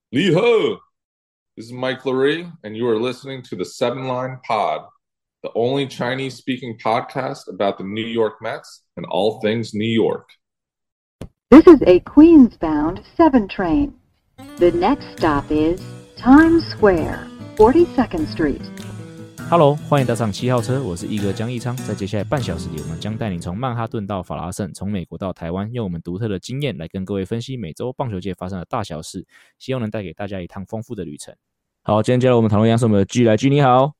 Lee Ho! This is Mike Lurie, and you are listening to the Seven Line Pod, the only Chinese speaking podcast about the New York Mets and all things New York. This is a Queens-bound 7 train. The next stop is Times Square, 42nd Street. Hello， 欢迎搭上7号车，我是一哥江一昌。在接下来半小时里，我们将带你从曼哈顿到法拉盛，从美国到台湾，用我们独特的经验来跟各位分析美洲棒球界发生的大小事，希望能带给大家一趟丰富的旅程。好，今天加入我们讨论一样是我们的 G 来 G， 你好。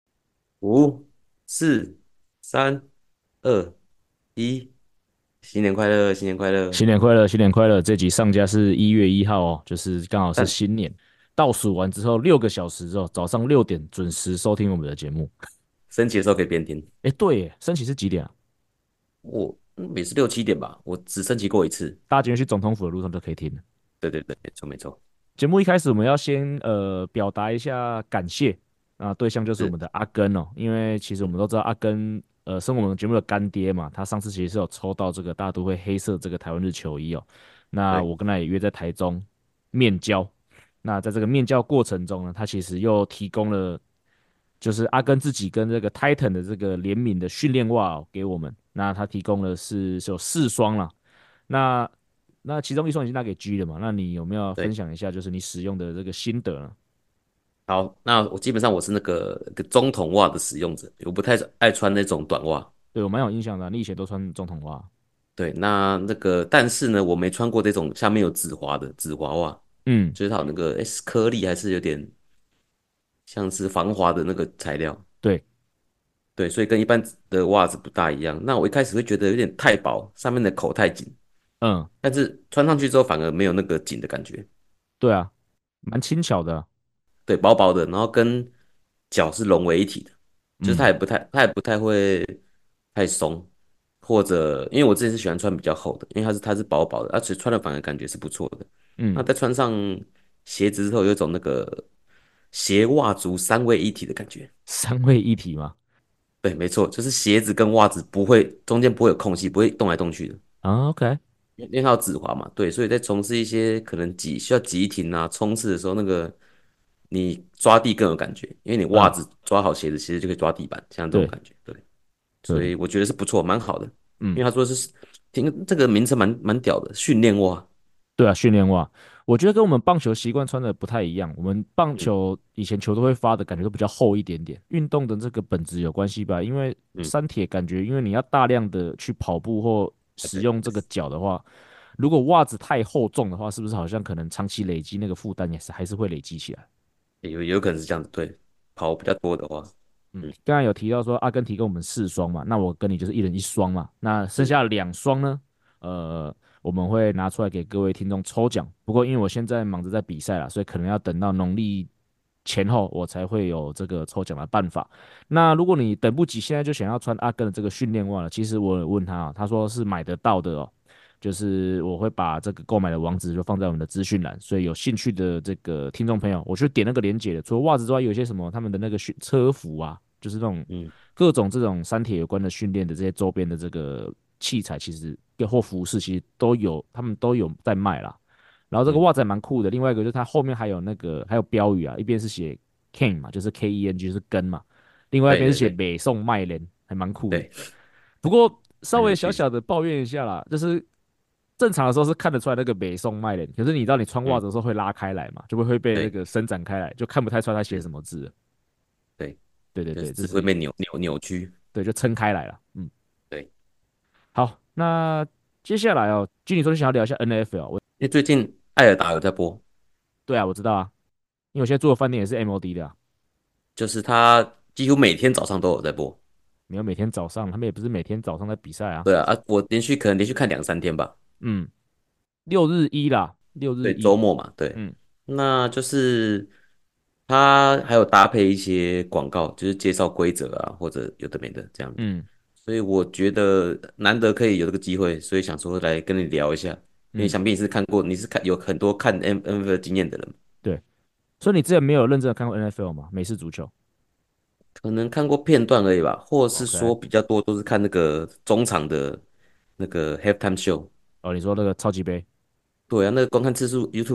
5、4、3、2、1，新年快乐，新年快乐， 新年快乐，新年快乐！这集上架是1月1号哦，就是刚好是但新年倒数完之后6个小时之后，早上6点准时收听我们的节目。 升旗的时候可以边听。 对耶，升旗是几点啊？ 我也是6、7点吧，我只升旗过一次。 大家今天去总统府的路上就可以听了。 对对对，没错没错。 节目一开始我们要先表达一下感谢啊，对象就是我是， 们的阿根哦，因为其实我们都知道阿根身为我们节目的干爹嘛，他上次其实是有抽到这个大都会黑色这个台湾日球衣哦，那对我跟他也约在台中面交，那在这个面交过程中呢，他其实又提供了就是阿根自己跟这个 Titan 的这个联名的训练袜哦给我们，那他提供的是有4双啦，那其中一双已经拿给 G 了嘛？那你有没有分对， 享一下，就是你使用的这个心得呢？ 好，那我基本上我是那个中筒袜的使用者，我不太爱穿那种短袜。 对我蛮有印象的啊，你以前都穿中筒袜。 对，那个，但是呢，我没穿过这种下面有止滑的止滑袜， 嗯， 就是它有那个颗粒还是有点像是防滑的那个材料。 对， 对，所以跟一般的袜子不大一样。那我一开始会觉得有点太薄，上面的口太紧， 嗯， 但是穿上去之后反而没有那个紧的感觉。 对啊，蛮轻巧的啊。 对，薄薄的，然后跟脚是融为一体的，就是嗯它也不太会太松，或者因为我自己是喜欢穿比较厚的，因为它是薄薄的，而且穿了反而感觉是不错的。那嗯， 再穿上鞋子之后，有一种那个鞋袜足三位一体的感觉。 三位一体嘛。 对，没错，就是鞋子跟袜子中间不会有空隙，不会动来动去的。 啊，OK， 因为它有止滑嘛，对，所以在从事一些可能需要急停啊、冲刺的时候，那个你抓地更有感觉，因为你袜嗯， 子抓好鞋子，其实就可以抓地板，像这种对感觉，对，所对， 以我觉得是不错，蛮好的。 嗯， 因为他说是听这个名称蛮屌的，训练袜， 对啊，训练袜，我觉得跟我们棒球习惯穿的不太一样。我们棒嗯球以前球都会发的感觉都比较厚一点点，运动的这个本质有关系吧？因为嗯， 三铁感觉，因为你要大量的去跑步或使对， 用这个脚的话，如果袜子太厚重的话，是不是好像可能长期累积那个负担也是还是会累积起来？ 有可能是这样子，对，跑比较多的话， 嗯， 嗯， 刚才有提到说阿根提供我们4双嘛，那我跟你就是一人1双嘛，那剩是， 下2双呢，我们会拿出来给各位听众抽奖。不过因为我现在忙着在比赛啦，所以可能要等到农历前后我才会有这个抽奖的办法。那如果你等不及，现在就想要穿阿根的这个训练袜了，其实我有问他啊，他说是买得到的哦。就是我会把这个购买的网址就放在我们的资讯栏，所以有兴趣的这个听众朋友，我去点那个链接的。除了袜子之外，有一些什么他们的那个车服啊，就是那种嗯， 各种这种三铁有关的训练的这些周边的这个器材，其实或服饰其实都有，他们都有在卖啦。然后这个嗯， 袜子还蛮酷的，另外一个就是它后面还有那个还有标语啊，一边是写 King 嘛，就是 KENG 就是跟嘛，另外一边是写对对对北宋麦连，还蛮酷的。 对， 不过稍微小蛮有趣的， 小的抱怨一下啦，就是正常的时候是看得出来那个北宋麦连，可是你知道你穿袜嗯， 子的时候会拉开来嘛，就会被那对个伸展开来，就看不太出来它写是， 什么字了。 对， 对对对，这就是会是被扭曲， 对，就撑开来了。嗯， 对， 好，那接下来哦，据你说你想要聊一下 NFL， 因为最近艾尔达有在播。 对啊，我知道啊，因为我现在住的饭店也是 MOD 的啊， 就是他几乎每天早上都有在播。 没有每天早上，他们也不是每天早上在比赛啊。 对啊，我可能连续看2、3天吧。 嗯，6日1啦，六日对， 一， 周末嘛，对， 嗯那就是他还有搭配一些广告，就是介绍规则啊，或者有的没的这样子。 嗯所以我觉得难得可以有这个机会，所以想说来跟你聊一下，因为嗯， 想必你是有很多看 NFL 经验的人， 对，所以你之前没有认真的看过 NFL 吗？美式足球可能看过片段而已吧，或是 ？OK， 说比较多都是看那个中场的那个 halftime show。 哦，你说那个超级杯。 对啊，那个观看次数 YouTube 都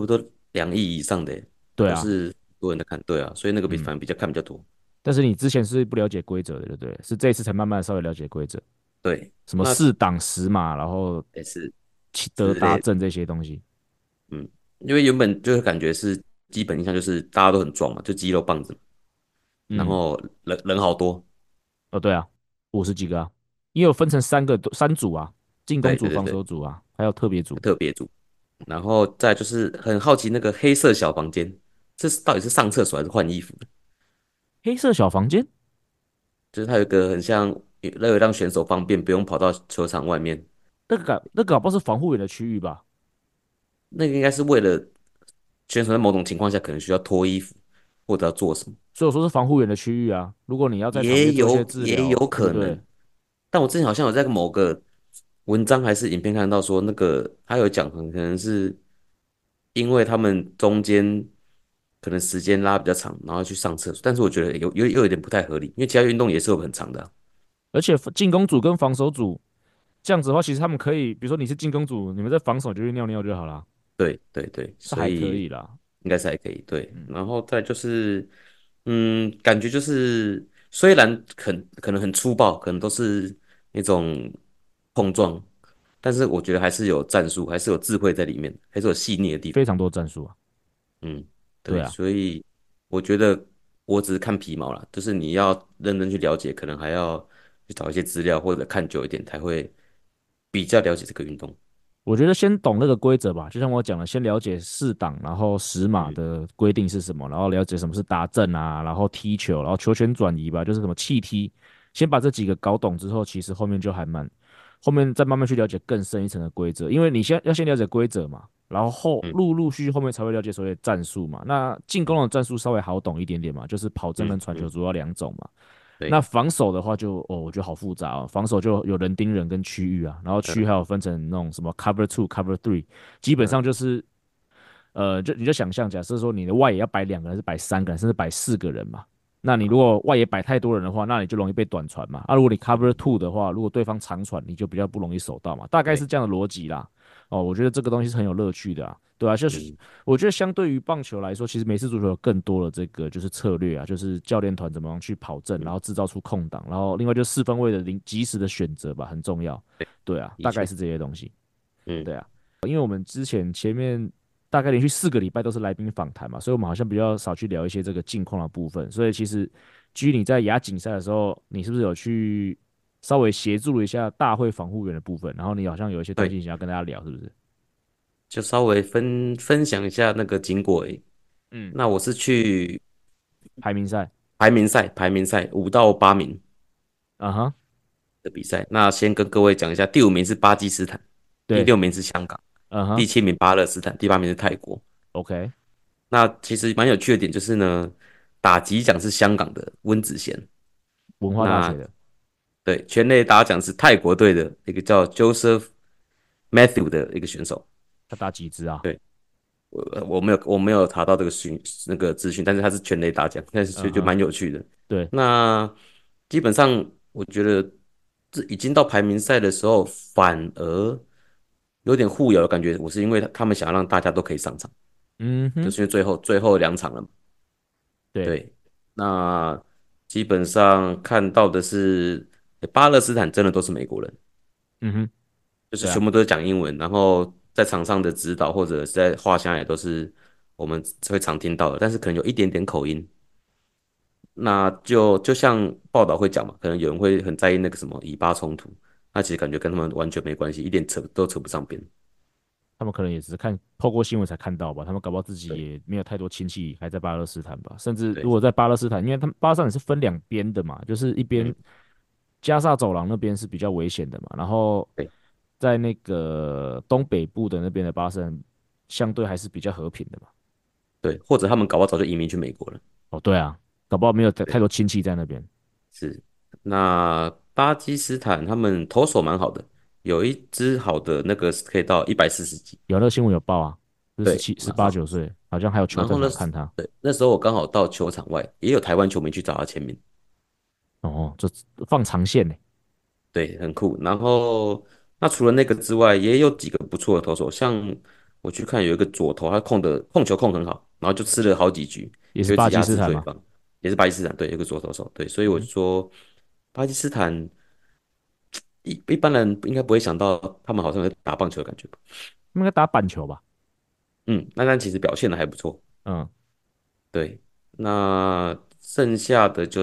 2亿以上的耶对啊， 都是很多人在看，对啊，所以那个嗯， 反而比较看比较多。 但是你之前是不了解规则的，对不对？是这一次才慢慢稍微了解规则， 对， 什么那四档十码，然后也是七德之类的， 达阵这些东西。 嗯，因为原本就是感觉是基本印象就是大家都很壮嘛，就肌肉棒子，然嗯， 后人好多， 哦，对啊，50几个啊，也有分成三组啊，进攻组、防对对对对， 守组啊，还有特别组。 特别组，然后再就是很好奇那个黑色小房间，这是到底是上厕所还是换衣服的？ 黑色小房间， 就是它有一个很像，那个让选手方便不用跑到球场外面， 那个搞不好是防护员的区域吧？ 那个应该是为了选手在某种情况下可能需要脱衣服或者要做什么， 所以我说是防护员的区域啊。如果你要在场也边做一些有也有治疗，对不对？ 可能。但我之前好像有在某个文章还是影片看到说，那个他有讲，可能是因为他们中间可能时间拉比较长，然后去上厕所，但是我觉得又有点不太合理，因为其他运动也是有很长的啊而且进攻组跟防守组这样子的话，其实他们可以，比如说你是进攻组，你们在防守就去尿尿就好了， 对对对， 是还可所以以啦。 应该是还可以。对， 嗯， 然后再就是，感觉就是虽然可能很粗暴，可能都是那种碰撞，但是我觉得还是有战术，还是有智慧在里面，还是有细腻的地方。 非常多战术啊。 嗯，对， 对啊， 所以我觉得我只是看皮毛啦，就是你要认真去了解，可能还要去找一些资料或者看久一点，才会比较了解这个运动。 我觉得先懂那个规则吧，就像我讲的，先了解四档，然后十码嗯的规定是什么，然后了解什么是达阵啊，然后踢球，然后球权转移吧，就是什么气踢，先把这几个搞懂之后，其实后面就还蛮，后面再慢慢去了解更深一层的规则，因为你先了解规则嘛，然后嗯陆陆续续后面才会了解所谓的战术嘛。那进攻的战术稍微好懂一点点嘛，就是跑阵跟传球嗯， 主要两种嘛。那对， 防守的话就我觉得好复杂哦。防守就有人盯人跟区域啊，然后区域还有分成那种什么 cover two、cover three，基本上嗯就是你就想象，假设说你的外野要摆2个人，是摆3个人，甚至摆4个人嘛。那你如果外野摆太多人的话，那你就容易被短传嘛。啊，如果你 cover two 的话，如果对方长传，你就比较不容易守到嘛。大概是对， 这样的逻辑啦。哦，我觉得这个东西是很有乐趣的啊，对啊，就是嗯我觉得相对于棒球来说，其实美式足球有更多的这个就是策略啊，就是教练团怎么样去跑阵，然嗯， 后制造出空档，然后另外就是四分位的及时的选择吧，很重要。 对， 对啊， 的确， 大概是这些东西。 嗯对啊，因为我们之前前面大概连续4个礼拜都是来宾访谈嘛，所以我们好像比较少去聊一些这个近况的部分。所以其实，居你在亚锦赛的时候，你是不是有去稍微协助了一下大会防护员的部分？然后你好像有一些东对， 西想要跟大家聊，是不是？ 就稍微分享一下那个经过而已。 嗯， 那我是去排名赛， 排名赛5到8名啊哈， 的比赛。那先跟各位讲一下，第5名是巴基斯坦，第对， 6名是香港， 嗯哼第7名巴勒斯坦，第8名是泰国。 ，OK， 那其实蛮有趣的点就是呢，打击奖是香港的温子贤， 文化大学那的， 对全垒打奖是泰国队的一个叫 Joseph Matthew 的一个选手。 他打几支啊？ 对，我没有查到这个那个资讯，但是他是全垒打奖，但是就嗯哼， 蛮有趣的。 对， 那基本上我觉得这已经到排名赛的时候，反而有点互咬的感觉。我是因为他们想要让大家都可以上场， 嗯哼， 就是因为最后2场了嘛。 对， 对，那基本上看到的是巴勒斯坦真的都是美国人， 嗯哼， 就是对啊， 全部都是讲英文，然后在场上的指导或者是在画像也都是我们会常听到的，但是可能有一点点口音。那就像报道会讲嘛，可能有人会很在意那个什么以巴冲突，那其实感觉跟他们完全没关系，一点都扯不上边。 他们可能也只是透过新闻才看到吧，他们搞不好自己对也没有太多亲戚还在巴勒斯坦吧，甚至如对， 果在巴勒斯坦，因为他们巴勒斯坦是分两边的嘛，就是一边嗯加萨走廊那边是比较危险的嘛，然后对在那个东北部的那边的巴勒斯坦相对还是比较和平的嘛。 对，或者他们搞不好早就移民去美国了。 哦，对啊，搞不好没有太对， 多亲戚在那边。 是。那巴基斯坦他们投手蛮好的，有一支好的那个是可以到140几。 有那个新闻有报啊，就是对， 十八九岁，好像还有球探然后呢， 想看他。 对，那时候我刚好到球场外，也有台湾球迷去找他签名， 哦，这放长线呢。 对，很酷。然后那除了那个之外，也有几个不错的投手，像我去看有一个左投，他控球控很好，然后就吃了好几局， 也是巴就一直压基斯坦嘛。 制对方，也是巴基斯坦对，有个左投手，对，所以我就嗯， 说巴基斯坦一般人应该不会想到他们好像在打棒球的感觉吧， 应该打板球吧？ 嗯，那但其实表现的还不错， 嗯对，那剩下的就是，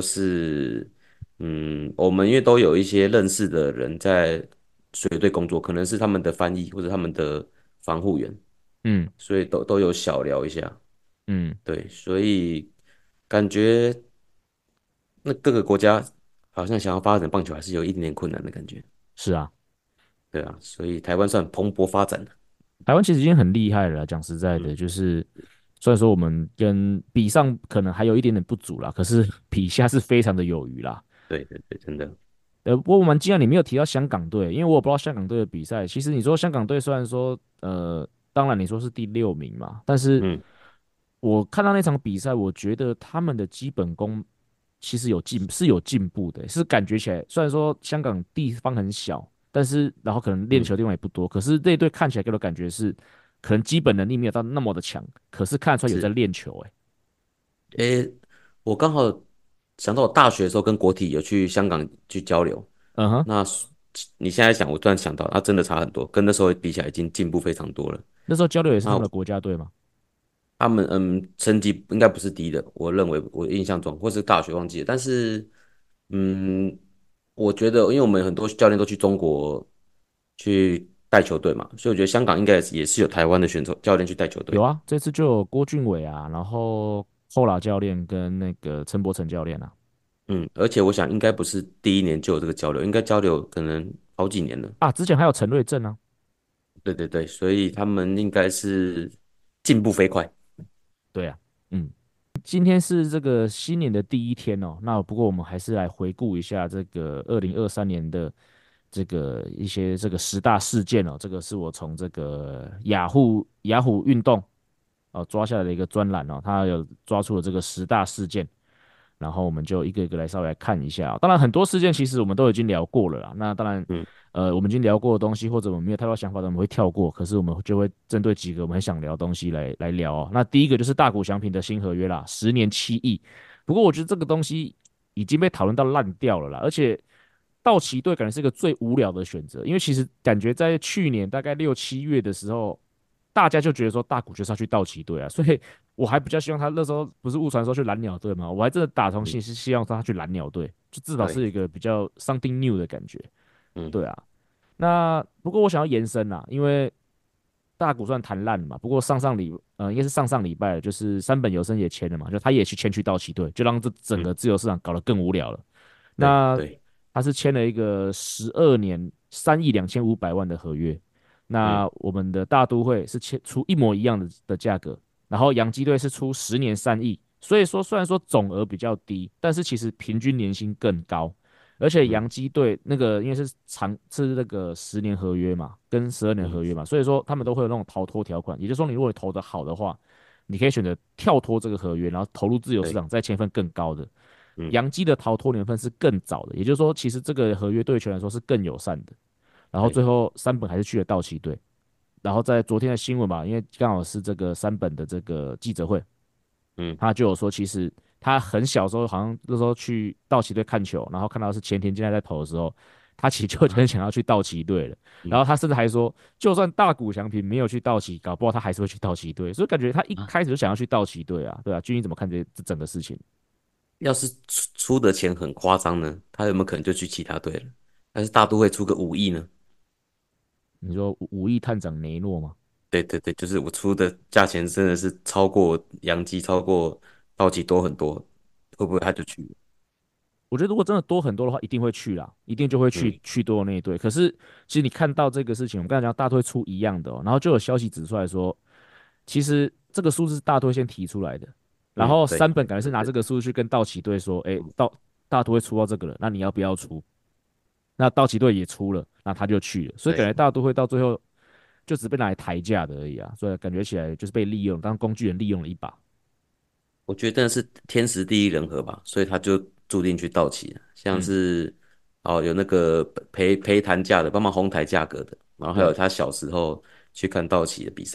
我们因为都有一些认识的人在水队工作，可能是他们的翻译或者他们的防护员， 嗯所以都有小聊一下。 嗯， 对，所以感觉那各个国家好像想要发展棒球还是有一点点困难的感觉。 是啊。 对啊，所以台湾算蓬勃发展了。 台湾其实已经很厉害了啦，讲实在的， 嗯， 就是虽然说我们跟比上可能还有一点点不足啦，可是比下是非常的有余啦。 对对对，真的。 不过我蛮惊讶你没有提到香港队，因为我也不知道香港队的比赛。其实你说香港队虽然说，当然你说是第6名嘛，但是嗯我看到那场比赛，我觉得他们的基本功其实有进步的，是感觉起来，虽然说香港地方很小，但是然后可能练嗯， 球地方也不多，可是这一队看起来给我感觉是，可能基本能力没有到那么的强，可是看得出来有在是。 练球、 诶，我刚好想到我大学的时候跟国体有去香港去交流。 嗯哼， 那你现在想，我突然想到，那真的差很多，跟那时候比起来已经进步非常多了。 那时候交流也是他们那的国家队嘛。 他们成绩应该不是低的，我认为我印象中，或是大学忘记了。但是嗯，我觉得因为我们很多教练都去中国去带球队嘛，所以我觉得香港应该也是有台湾的选手教练去带球队的。 有啊，这次就有郭俊伟啊，然后后拉教练跟那个陈柏成教练啊。 而且我想应该不是第一年就有这个交流，应该交流可能好几年了。 啊，之前还有陈瑞正啊。 对对对，所以他们应该是进步飞快。 对啊，嗯，今天是这个新年的第一天哦。那不过我们还是来回顾一下这个2023年的这个一些这个10大事件哦。这个是我从这个雅虎运动抓下来的一个专栏哦，它有抓出了这个10大事件。然后我们就一个一个来稍微来看一下哦。当然，很多事件其实我们都已经聊过了啦。那当然， 嗯我们已经聊过的东西，或者我们没有太多想法的，我们会跳过。可是我们就会针对几个我们很想聊的东西来聊哦。那第一个就是大谷翔平的新合约啦，10年7亿。不过我觉得这个东西已经被讨论到烂掉了啦，而且道奇队感觉是一个最无聊的选择，因为其实感觉在去年大概6、7月的时候，大家就觉得说大谷就是要去道奇队啊，所以我还比较希望他那时候不是误传说去蓝鸟队吗？我还真的打从嗯， 心是希望他去蓝鸟队，就至少是对， 一个比较 something new 的感觉。 嗯对啊，那不过我想要延伸啦，因为大谷算谈烂了嘛，不过应该是上上礼拜了，就是山本由伸也签了嘛，就他也去签去道奇队，就让这整嗯， 个自由市场搞得更无聊了。那对对， 他是签了一个12年3亿2500万的合约，那嗯我们的大都会是出一模一样的价格，然后洋基队是出10年3亿，所以说虽然说总额比较低，但是其实平均年薪更高。而且嗯洋基队那个因为是那个10年合约嘛，跟12年嗯合约嘛，所以说他们都会有那种逃脱条款，也就是说你如果投的好的话，你可以选择跳脱这个合约，然后投入自由市对， 场再签一份更高的。 嗯洋基的逃脱年份是更早的，也就是说其实这个合约对球员来说是更友善的。然后对， 最后山本还是去了道奇队，然后在昨天的新闻吧，因为刚好是这个山本的这个记者会， 嗯他就有说，其实他很小时候好像那时候去道奇队看球，然后看到是前田健太在投的时候，他其实就很想要去道奇队了。然嗯后他甚至还说，就算大谷翔平没有去道奇，搞不好他还是会去道奇队。所以感觉他一啊， 开始就想要去道奇队啊，对啊，君你怎么看这整个事情？ 要是出的钱很夸张呢，他有没有可能就去其他队了？但是大都会出个5亿呢？ 你说5亿探长雷诺吗？ 对对对，就是我出的价钱真的是超过洋基，超过道奇多很多，会不会他就去了？ 我觉得如果真的多很多的话，一定会去啦，一定就会去嗯去多的那一队。可是其实你看到这个事情，我们刚才讲大队出一样的哦，然后就有消息指出来说，其实这个数字是大队先提出来的，然后对山本感觉是拿这对对， 个数字去跟道奇队说，哎， 嗯大都会出到这个了，那你要不要出？那道奇队也出了，那他就去了，所以感对， 觉大都会到最后就只被拿来抬价的而已啊，所以感觉起来就是被利用，当工具人利用了一把。 我觉得是天时地利人和吧，所以他就注定去道奇了。像嗯， 是有那个陪谈价的，帮忙哄抬价格的，然后还有对， 他小时候去看道奇的比赛，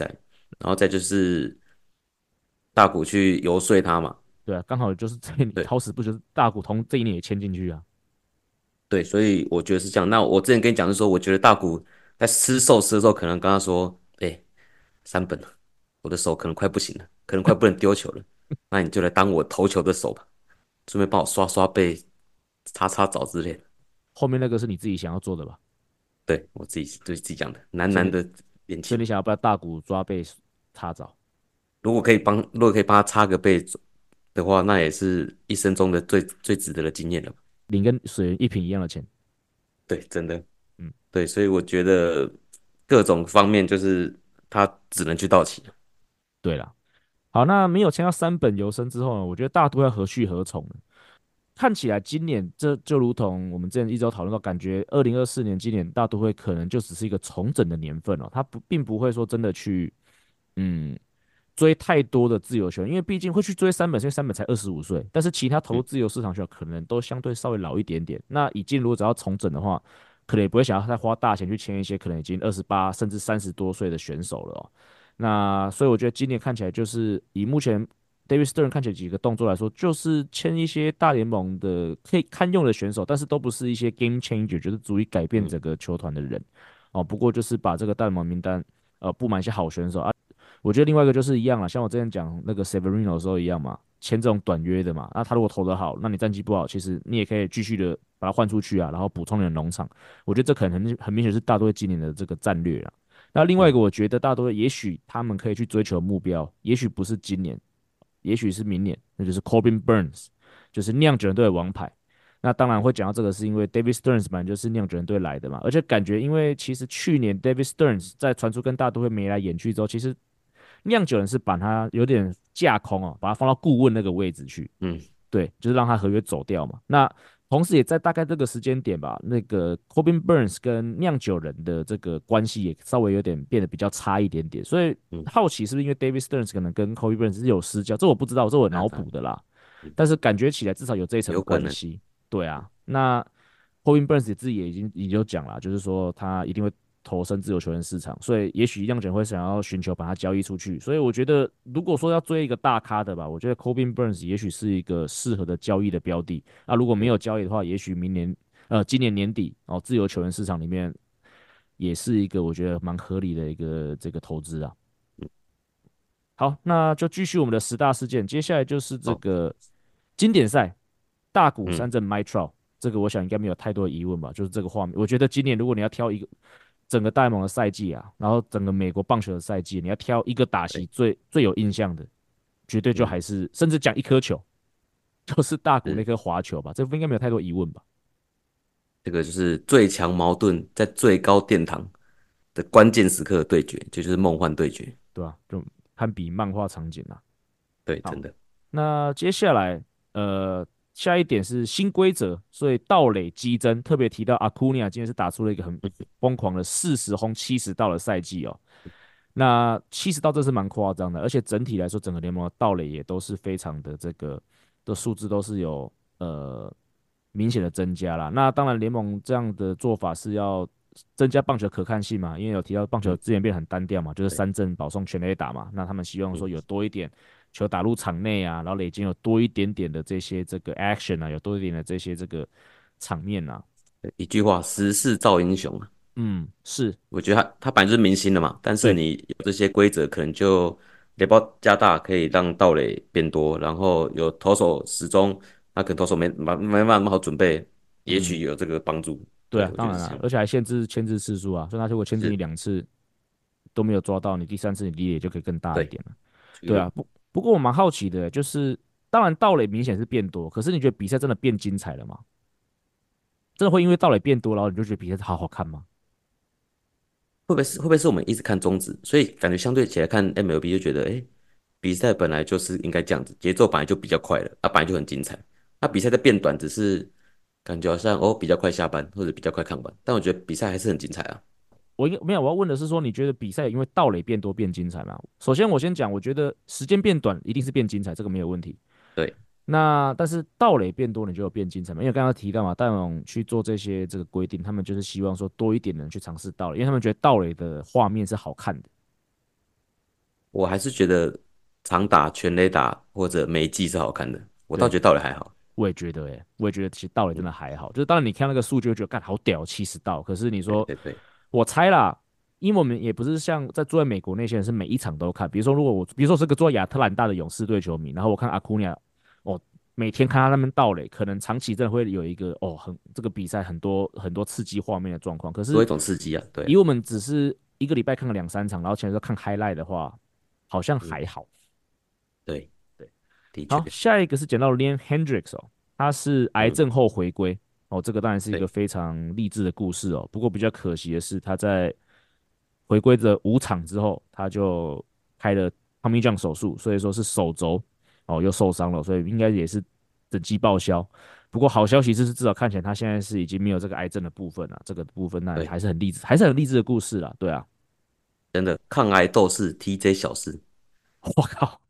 然后再就是大谷去游说他嘛。 对啊，刚好就是这一年， 对好死不就是大股东这一年也签进去啊。 对，所以我觉得是这样。那我之前跟你讲是说，我觉得大谷在吃寿司的时候，可能跟他说：“哎、三本了，我的手可能快不行了，可能快不能丢球了，那你就来当我投球的手吧，顺便帮我刷刷背、擦擦澡之类的。” 后面那个是你自己想要做的吧？ 对我自己对自己讲的，男所以你男的恋情， 所以你想要不要大股抓背擦澡， 如果可以帮他擦个背的话，那也是一生中的最值得的经验了吧。 领跟水源一瓶一样的钱？ 对，真的。 嗯， 对，所以我觉得各种方面就是他只能去道奇了。 对啦。好，那没有签到三本游生之后呢，我觉得大都要何去何从呢？看起来今年这就如同我们之前一周讨论到，感觉2024年今年大都会可能就只是一个重整的年份哦，它并不会说真的去嗯追太多的自由球员，因为毕竟会去追三本，因为三本才25岁，但是其他投入嗯自由市场球员可能都相对稍微老一点点。那以进如果只要重整的话，可能也不会想要再花大钱去签一些可能已经28甚至30多岁的选手了哦。那所以我觉得今年看起来就是以目前 David Stern 看起来几个动作来说，就是签一些大联盟的可以堪用的选手，但是都不是一些 game changer，就是足以改变嗯， 整个球团的人哦。不过就是把这个大联盟名单布满一些好选手啊。我觉得另外一个就是一样了，像我之前讲那个 Severino 的时候一样嘛，签这种短约的嘛，那他如果投得好，那你战绩不好，其实你也可以继续的把他换出去啊，然后补充你的农场。我觉得这可能很明显是大都会今年的这个战略啦。那另外一个， 对， 我觉得大多也许他们可以去追求目标，也许不是今年，也许是明年，那就是 Corbin Burns，就是酿酒人队的王牌。那当然会讲到这个，是因为 David Stearns 本来就是酿酒人队来的嘛，而且感觉因为其实去年 David Stearns 在传出跟大都会眉来眼去之后，其实酿酒人是把他有点架空哦，把他放到顾问那个位置去， 嗯， 对，就是让他合约走掉嘛。那同时也在大概这个时间点吧，那个 Corbin Burns 跟酿酒人的这个关系也稍微有点变得比较差一点点，所以嗯， 好奇是不是因为 David Stearns 可能跟 Corbin Burns 是有私交，这我不知道，这我脑补的啦。 嗯但是感觉起来至少有这一层有可能。 关系。对啊，那 Corbin Burns 自己也已经有讲了，就是说他一定会投身自由球员市场，所以也许酿酒人会想要寻求把他交易出去。所以我觉得，如果说要追一个大咖的吧，我觉得 Corbin Burns 也许是一个适合的交易的标的。那如果没对， 有交易的话，也许今年年底哦，自由球员市场里面也是一个我觉得蛮合理的一个这个投资啊。好，那就继续我们的10大事件，接下来就是这好， 个经典赛大谷嗯， 三振 m y t r o 这个我想应该没有太多的疑问吧？就是这个画面，我觉得今年如果你要挑一个整个大联盟的赛季啊，然后整个美国棒球的赛季，你要挑一个打席对， 最有印象的，绝对就嗯， 还是甚至讲一颗球，就是大谷那是颗滑球吧，这应该没有太多疑问吧？ 这个就是最强矛盾在最高殿堂的关键时刻的对决，就是梦幻对决。 对吧、就堪比漫画场景啊。 对，真好， 的， 那接下来下一点是新规则，所以盗垒激增，特别提到阿库尼亚今天是打出了一个很疯狂的40轰70盗的赛季哦。那70盗这是蛮夸张的，而且整体来说，整个联盟的盗垒也都是非常的这个的数字都是有明显的增加啦。那当然，联盟这样的做法是要增加棒球可看性嘛，因为有提到棒球嗯， 资源变得很单调嘛，就是对， 三振保送全垒打嘛。那他们希望嗯， 说有多一点球打入场内啊，然后垒间有多一点点的这些这个 action 啊，有多一点的这些这个场面啊。 对一句话，时势造英雄啊。 嗯，是我觉得他本来就是明星的嘛，但是对， 你有这些规则，可能就垒包加大，可以让盗垒变多，然后有投手时钟，那可能投手没办法那么好准备，也许嗯， 有这个帮助。对， 对啊，当然了， 我觉得是这样。 而且还限制牵制次数啊，所以他如果牵制你是， 2次都没有抓到，你第3次你离垒就可以更大一对， 点了。对啊， 这个不过我蛮好奇的，就是当然盗垒明显是变多，可是你觉得比赛真的变精彩了吗？真的会因为盗垒变多，然后你就觉得比赛好好看吗？ 会不会是我们一直看中指，所以感觉相对起来看 MLB 就觉得，哎，比赛本来就是应该这样子，节奏本来就比较快了，啊，本来就很精彩。那比赛在变短，只是感觉好像哦比较快下班或者比较快看完，但我觉得比赛还是很精彩啊。 没有，我要问的是说，你觉得比赛因为盗垒变多变精彩吗？首先我先讲，我觉得时间变短一定是变精彩，这个没有问题。 对， 那但是盗垒变多，你就有变精彩嘛？因为刚刚提到嘛，戴勇去做这些这个规定，他们就是希望说多一点人去尝试盗垒，因为他们觉得盗垒的画面是好看的。 我还是觉得长打、全垒打或者美技是好看的，我倒对， 觉得盗垒还好。 我也觉得我也觉得其实盗垒真嗯， 的还好，就是当然你看那个数据会觉得干好屌70盗，可是你说对对对我猜啦，因为我们也不是像住在美国那些人是每一场都看，比如说如果比如说是个住在亚特兰大的勇士队球迷，然后我看阿库尼亚，哦，每天看他那边盗垒，可能长期真的会有一个这个比赛很多很多刺激画面的状况，可是多一种刺激啊，对啊， 以我们只是一个礼拜看个2、3场，然后前面都看 highlight 的话，好像嗯， 还好。 对， 对， 的确， 好，下一个是讲到 Liam Hendricks 他是癌嗯， 症后回归这个当然是一个对非常励志的故事不过比较可惜的是，他在回归的5场之后，他就开了 Tommy John 手术，所以说是手肘又受伤了，所以应该也是整季报销。不过好消息是，至少看起来他现在是已经没有这个癌症的部分了，这个部分那对， 还是很励志，还是很励志的故事啦，对啊。 真的抗癌斗士 TJ 小士， 我靠，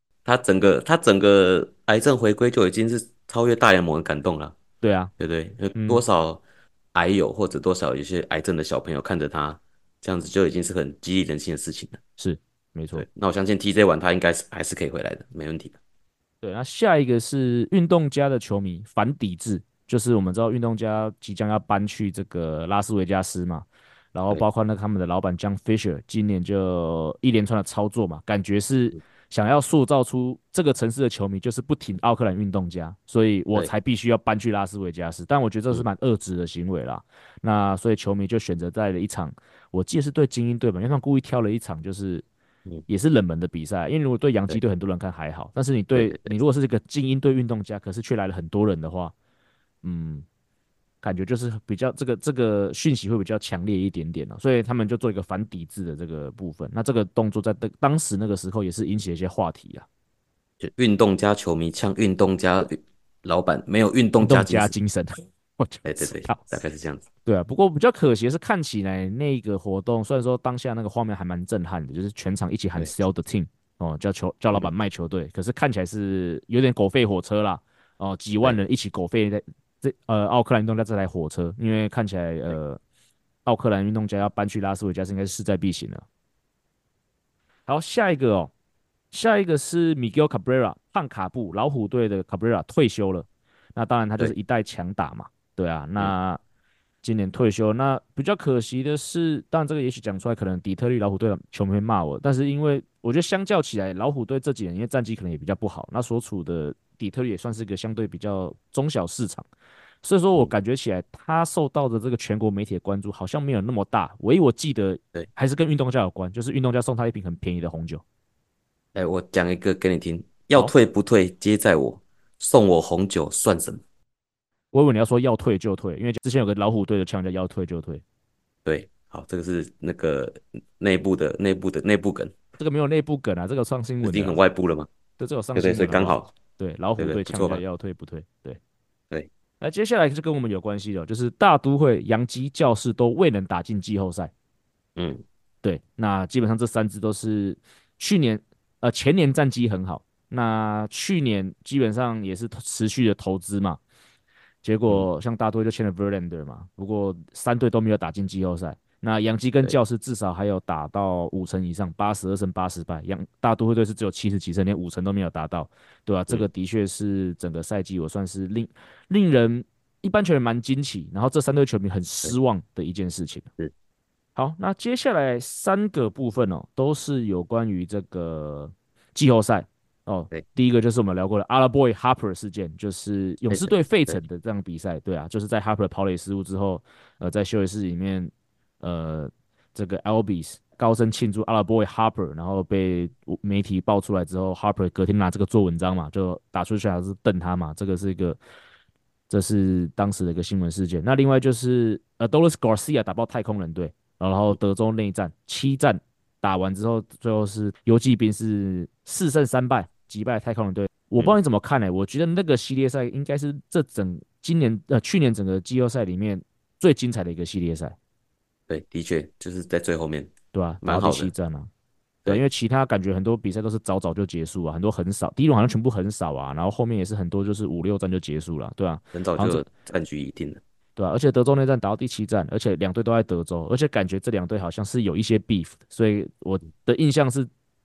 他整个癌症回归就已经是超越大联盟的感动了， 对啊， 对不对？有多嗯， 少癌友或者多少有些癌症的小朋友看着他这样子，就已经是很激励人心的事情了。 是没错。 对，那我相信 TJ 玩他应该是还是可以回来的，没问题的。 对，那下一个是运动家的球迷反抵制，就是我们知道运动家即将要搬去这个拉斯维加斯嘛，然后对， 包括那个他们的老板 John Fisher 今年就一连串的操作嘛，感觉是嗯想要塑造出这个城市的球迷就是不挺奥克兰运动家，所以我对， 才必须要搬去拉斯维加斯。但我觉得这是嗯蛮恶质的行为啦。那所以球迷就选择在了一场，我记得是对精英队吧，因为他们故意挑了一场就是嗯， 也是冷门的比赛，因为如果对洋基对队很多人看还好，但是你对对对， 如果是这个精英队运动家，可是却来了很多人的话，嗯，感觉就是比较这个讯息会比较强烈一点点所以他们就做一个反抵制的这个部分。那这个动作在当时那个时候也是引起了一些话题啊， 就运动家球迷呛运动家老板没有运动运动家精神。 家精神，我就对对对， 知道。 大概是这样子。 对啊，不过比较可惜的是，看起来那个活动虽然说当下那个画面还蛮震撼的，就是全场一起喊对， “sell the team” 叫老板嗯， 卖球队，可是看起来是有点狗吠火车啦几万对人一起狗吠在奥克兰运动家这台火车，因为看起来对奥克兰运动家要搬去拉斯维加斯应该是势在必行了。好，下一个是 Miguel Cabrera 胖卡布老虎队的 Cabrera 退休了，那当然他就是对， 一代强打嘛，对啊， 嗯， 那今年退休，那比较可惜的是，当然这个也许讲出来，可能底特律老虎队的球迷会骂我，但是因为我觉得相较起来，老虎队这几年因为战绩可能也比较不好，那所处的底特律也算是一个相对比较中小市场，所以说我嗯， 感觉起来他受到的这个全国媒体的关注好像没有那么大，唯一我记得对。 还是跟运动家有关，就是运动家送他一瓶很便宜的红酒。 哎，我讲一个给你听，要好， 退不退皆在我，送我红酒算什么？ 我以为你要说要退就退，因为之前有个老虎队的枪叫要退就退， 对，好，这个是那个内部梗， 这个没有内部梗啊，这个上新闻的啦， 已经很外部了嘛， 对，这有上对不对？ 新闻好不好？ 所以刚好， 对，老虎对不对？ 队枪叫不错吧？ 要退不退？对， 对那接下来就跟我们有关系了，就是大都会、洋基、教士都未能打进季后赛。 嗯， 对，那基本上这3支都是去年前年战绩很好，那去年基本上也是持续的投资嘛，结嗯， 果像大都会就签了 Verlander 嘛，不过3队都没有打进季后赛。那洋基跟对， 教士至少还有打到5成以上，82胜80败。大都会队是只有70几胜，连5成都没有达到，对吧、这个嗯， 的确是整个赛季我算是令人一般球员蛮惊奇，然后这3队球迷很对， 失望的一件事情。 是， 好，那接下来3个部分都是有关于这个季后赛对， 第一个就是我们聊过的阿拉伯 Harper 事件，就是勇费城， 士队费对， 城的这样比赛，对啊，就是在 Harper 跑垒失误之后，在休息室里面，呃，这个 Albies 高声庆祝阿拉伯 Harper，然后被媒体爆出来之后，Harper 隔天拿这个做文章嘛，就打出去还是瞪他嘛，这是当时的一个新闻事件。那另外就是Adolis Garcia 打爆太空人队，然后德州内战7战打完之后，最后是游骑兵是4胜3败击败太空人队。我不知道嗯， 你怎么看呢、我觉得那个系列赛应该是去年整个季后赛里面最精彩的一个系列赛， 对，的确就是在最后面， 对吧、打到第蛮好的， 七战啊。对，因对， 为其他感觉很多比赛都是早早就结束啊，很多很少，第一轮好像全部很少啊，然后后面也是很多就是5、6战就结束了，对吧、 很早就占据一定了， 对啊，而且德州内战打到第7战，而且两队都在德州，而且感觉这两队好像是有一些 beef 的所以我的印象是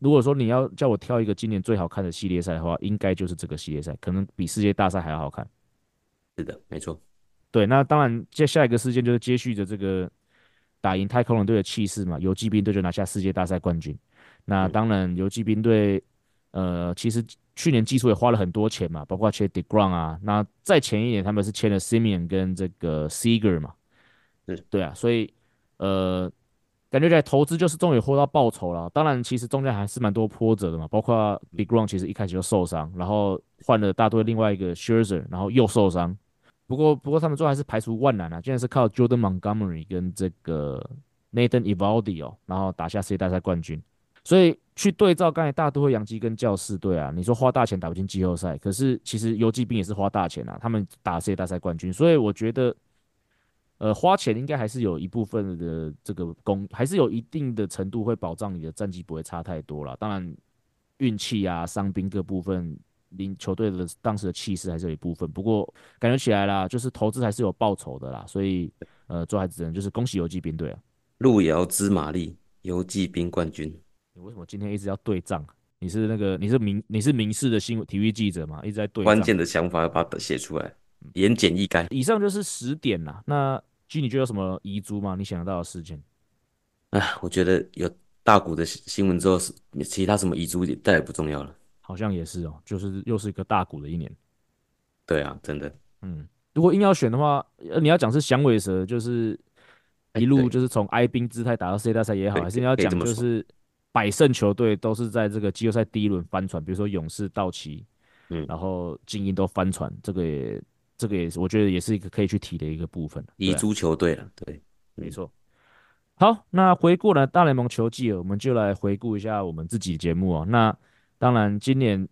如果说你要叫我挑一个今年最好看的系列赛的话，应该就是这个系列赛，可能比世界大赛还要好看。 是的，没错。 对，那当然，接下一个事件就是接续着这个打赢太空人队的气势嘛，游骑兵队就拿下世界大赛冠军。那嗯， 当然，游骑兵队其实去年技术也花了很多钱嘛，包括签 Degrom 啊。那再前一年，他们是签了 Simeon 跟这个 Seager 嘛。 是， 对啊，所以呃，感觉起来投资就是终于获到报酬了。当然，其实中间还是蛮多波折的嘛，包括 Degrom 其实一开始就受伤，然后换了大队另外一个 Scherzer，然后又受伤。不过他们最后还是排除万难啊，竟然是靠 Jordan Montgomery 跟这个 Nathan Eovaldi 哦，然后打下世界大赛冠军。所以去对照刚才大都会洋基跟教士队啊，你说花大钱打不进季后赛，可是其实游骑兵也是花大钱啊，他们打世界大赛冠军。所以我觉得，花钱应该还是有一部分的这个还是有一定的程度会保障你的战绩不会差太多啦。当然，运气啊、伤兵各部分，球队的当时的气势还是有一部分。不过感觉起来啦，就是投资还是有报酬的啦。所以最后还只能就是恭喜游击兵队啊！ 路遥知马力，游骑兵冠军。 你为什么今天一直要对账啊？你是民视的新闻体育记者嘛？一直在对账。 关键的想法要把它写出来，言简意赅。 以上就是10点啦。那 G，你觉得有什么遗珠吗？你想得到的事件？ 啊，我觉得有大股的新闻之后，其他什么遗珠再也不重要了。 好像也是哦，就是又是一个大股的一年。 对啊，真的。 嗯，如果硬要选的话，你要讲是响尾蛇，就是哎， 一路对就是从哀兵姿态打到世界大赛也好， 对，可以还是你要可以这么说。 讲就是百胜球队都是在这个季后赛第一轮翻船，比如说勇士、道奇， 嗯， 然后精英都翻船，这个也是我觉得也是一个可以去提的一个部分。对啊， 遗珠球队了，对。嗯， 没错。好，那回顾了大联盟球季，我们就来回顾一下我们自己的节目哦。那当然，今年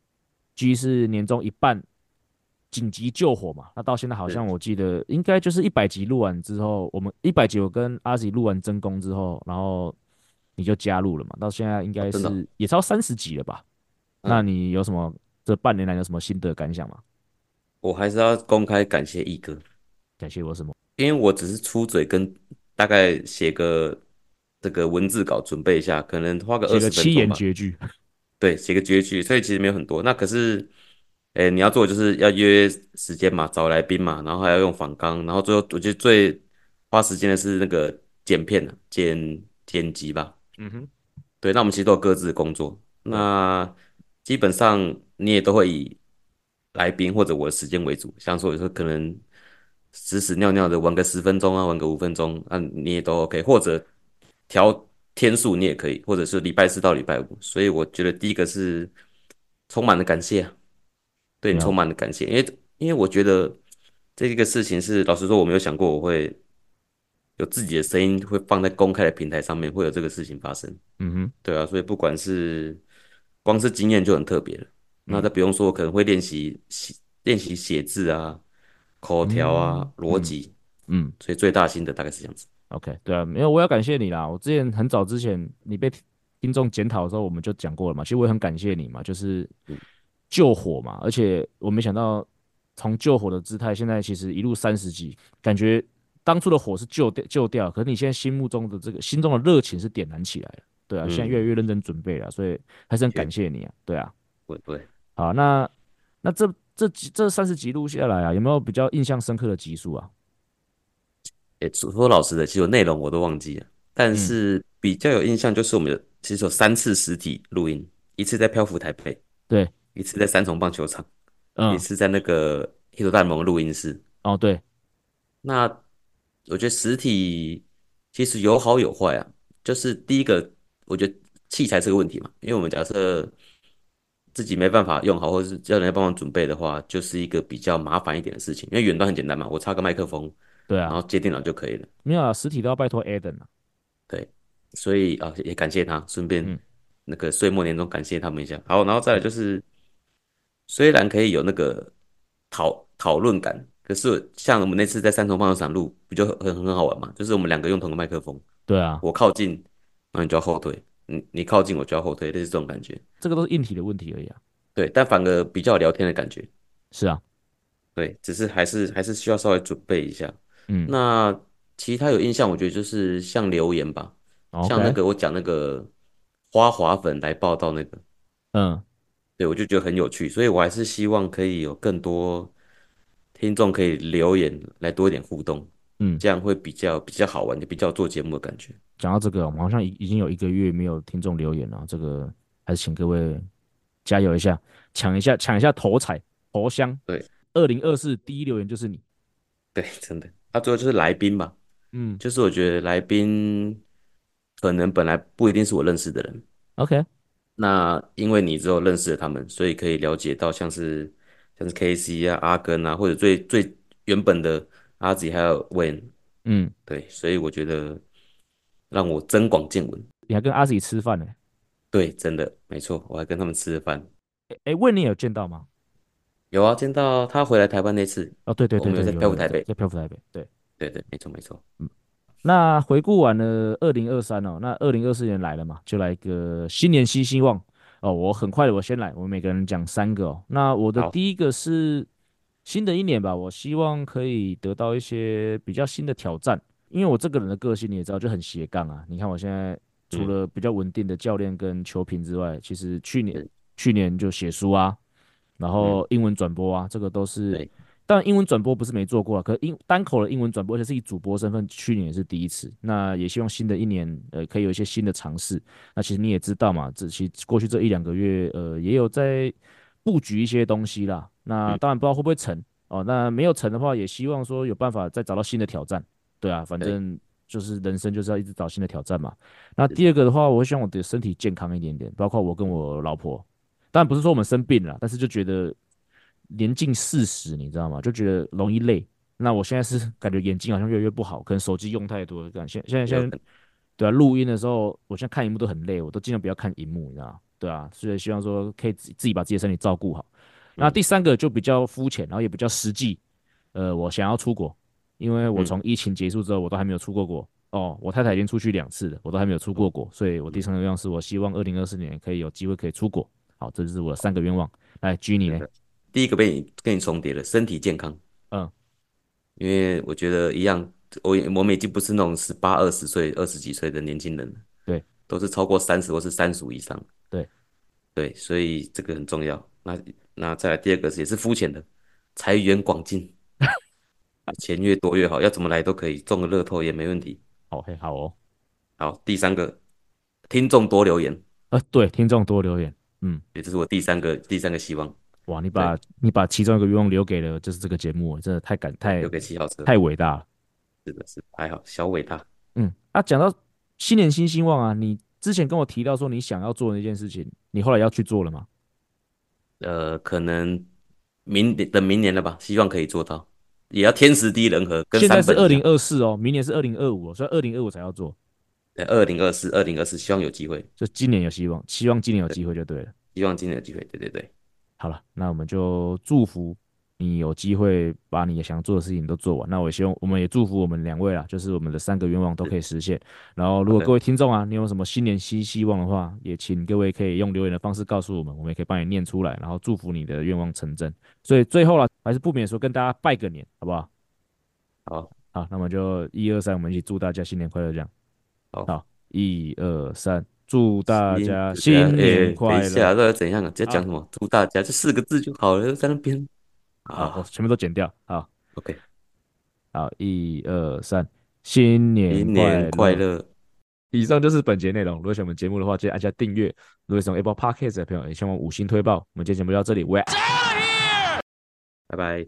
G 是年终一半紧急救火嘛。那到现在好像是我记得应该就是100集录完之后，我们100集我跟阿喜录完真功之后，然后你就加入了嘛。到现在应哦， 该真的哦。 是也超30集了吧？那嗯， 你有什么这半年来有什么心得感想吗？ 我还是要公开感谢一哥， 感谢我什么？ 因为我只是出嘴跟大概写个这个文字稿准备一下，可能花个二写个七十分钟吧。 言绝句。 对，写个绝句，所以其实没有很多。那可是，你要做的就是要约时间嘛，找来宾嘛，然后还要用访纲，然后最后我觉得最花时间的是那个剪片啊，剪辑吧。 嗯哼， 对，那我们其实都有各自的工作， 对， 那基本上你也都会以来宾或者我的时间为主，像说有时候可能屎屎尿尿的玩个10分钟啊，玩个5分钟，那你也都 OK，或者调天数你也可以，或者是礼拜四到礼拜五。所以我觉得第一个是充满了感谢啊，对你充了， 满了感谢，因为我觉得这个事情是老实说我没有想过我会有自己的声音会放在公开的平台上面，会有这个事情发生。 嗯哼， 对啊，所以不管是光是经验就很特别了，那嗯再不用说可能会练习写字啊、口条啊、 嗯嗯逻辑， 嗯。 所以最大的心得大概是这样子。 OK，对啊，没有，我要感谢你啦。我之前很早之前你被听众检讨的时候，我们就讲过了嘛。其实我也很感谢你嘛，就是嗯， 救火嘛。而且我没想到从救火的姿态，现在其实一路30集，感觉当初的火是救掉，可是你现在心中的热情是点燃起来了。对啊，现在越来嗯， 越认真准备了，所以还是很感确谢你啊。对啊， 不会， 好，那这30集录下来啊，有没有比较印象深刻的集数啊？ 说老实的，其实有内容我都忘记了，但嗯， 是比较有印象就是我们其实有3次实体录音，一次在漂浮台北， 对， 一次在三重棒球场，一嗯， 次在那个黑头大联盟录音室。 哦，对， 那我觉得实体其实有好有坏啊。就是第一个，我觉得器材是个问题嘛，因为我们假设自己没办法用好，或者是叫人家帮忙准备的话，就是一个比较麻烦一点的事情。因为远端很简单嘛，我插个麦克风， 对啊。 然后接电脑就可以了。 没有啊，实体都要拜托 Eden 啊。 对，所以啊，也感谢他，顺便嗯那个岁末年终感谢他们一下。好，然后再来嗯， 就是，虽然可以有那个讨论感，可是像我们那次在三重棒球场录，不就很好玩嘛？就是我们两个用同个麦克风， 对啊， 我靠近，然后你就要后退，你靠近我就要后退，类似这种感觉。 这个都是硬体的问题而已啊。 对，但反而比较有聊天的感觉。 是啊， 对，只是还是需要稍微准备一下。 嗯那其他有印象，我觉得就是像留言吧，像那 ，OK， 个我讲那个花滑粉来报道那个， 嗯对，我就觉得很有趣，所以我还是希望可以有更多听众可以留言来多一点互动， 嗯， 这样会比较好玩，就比较有做节目的感觉。 讲到这个，我们好像已经有1个月没有听众留言了，这个还是请各位加油一下，抢一下头彩头香。 对 2024第一留言就是你。 对，真的。他最后就是来宾吧， 嗯就是我觉得来宾可能本来不一定是我认识的人， ，OK， 那因为你之后认识了他们，所以可以了解到像是 KC 啊、阿根啊，或者最原本的阿吉还有 Wayne， 嗯， 对，所以我觉得让我增广见闻。 你还跟阿 Z 吃饭呢？ 对，真的没错，我还跟他们吃了饭。 哎，问你有见到吗？ 有啊，见到他回来台湾那次， 哦，对对对对， 我们有在有有漂浮台北。 在漂浮台北，对。 对对，没错没错。 那回顾完了2023哦，那2024年来了嘛，就来一个新年新希望哦。我很快的，我先来，我们每个人讲3个哦。那我的好， 第一个是新的一年吧，我希望可以得到一些比较新的挑战，因为我这个人的个性你也知道，就很斜杠啊。你看我现在除嗯， 了比较稳定的教练跟球评之外，其实去年是， 去年就写书啊，然嗯， 后英文转播啊，这个都是。 对， 当然，英文转播不是没做过啊，可是单口的英文转播，而且是以主播身份，去年也是第一次。那也希望新的一年，可以有一些新的尝试。那其实你也知道嘛，其实过去这1、2个月，也有在布局一些东西啦。那嗯， 当然不知道会不会成哦。那没有成的话，也希望说有办法再找到新的挑战。对啊，反对， 正就是人生就是要一直找新的挑战嘛。那是， 第二个的话，我会希望我的身体健康一点点，包括我跟我老婆。当然不是说我们生病了，但是就觉得年近40，你知道吗？就觉得容易累。那我现在是感觉眼睛好像越来越不好，可能手机用太多了。感现在， 也有可能。 对啊，录音的时候，我现在看荧幕都很累，我都尽量不要看荧幕，你知道吗？对啊，所以希望说可以自己把自己的身体照顾好。那嗯第三个就比较肤浅，然后也比较实际。我想要出国，因为我嗯从疫情结束之后，我都还没有出过国。哦，我太太已经出去2次了，我都还没有出过哦国，所以我第嗯， 三个愿望是我希望2024年可以有机会可以出国。好，这就是我的3个愿望。来，G 你呢？ 是的。第一个跟你重叠了，身体健康， 嗯， 因为我觉得一样，我们已经不是那种18、20岁、20几岁的年轻人了， 对都是超过30或是35以上。 对， 对，所以这个很重要。那再来第二个也是肤浅的，财源广进，钱越多越好，要怎么来都可以，中个乐透也没问题。 好，嘿，好哦。 好，第三个，听众多留言， 对，听众多留言。嗯， 也这是我第三个希望。 哇，你把对， 你把其中一个愿望留给了就是这个节目，真的对，留给7号车， 太伟大了。 是的，是的还好，小伟大。 嗯，啊，讲到新年新希望啊，你之前跟我提到说你想要做的那件事情，你后来要去做了吗？ 可能明年了吧，希望可以做到，也要天时地利人和，跟现在是二零三本一样。 二四哦，明年是2025哦，所以2025才要做， 2024，希望有机会， 就今年有希望，希望今年有机会就对了。 希望今年有机会。对对对， 好了，那我们就祝福你有机会把你想做的事情都做完。那我也希望，我们也祝福我们2位啦，就是我们的3个愿望都可是以实现。然后，如好的， 果各位听众啊，你有什么新年新希望的话，也请各位可以用留言的方式告诉我们，我们也可以帮你念出来，然后祝福你的愿望成真。所以最后啦，还是不免说跟大家拜个年，好不好？ 好好，那么就1、2、3，我们一起祝大家新年快乐，这样。 好。 好，1、2、3，祝大家大家， 新年快乐。 等一下，这要怎样啊？要讲好， 什么？祝大家这4个字就好了，在那边好，我啊。 全部都剪掉。好。 OK， 好，1、2、3，新年新年快乐！ 快乐， 以上就是本节内容。如果喜欢我们节目的话，记得按下订阅。如果是用 Apple Podcast 的朋友，也希望5星推爆。我们今天节目就到这里，喂。 拜拜。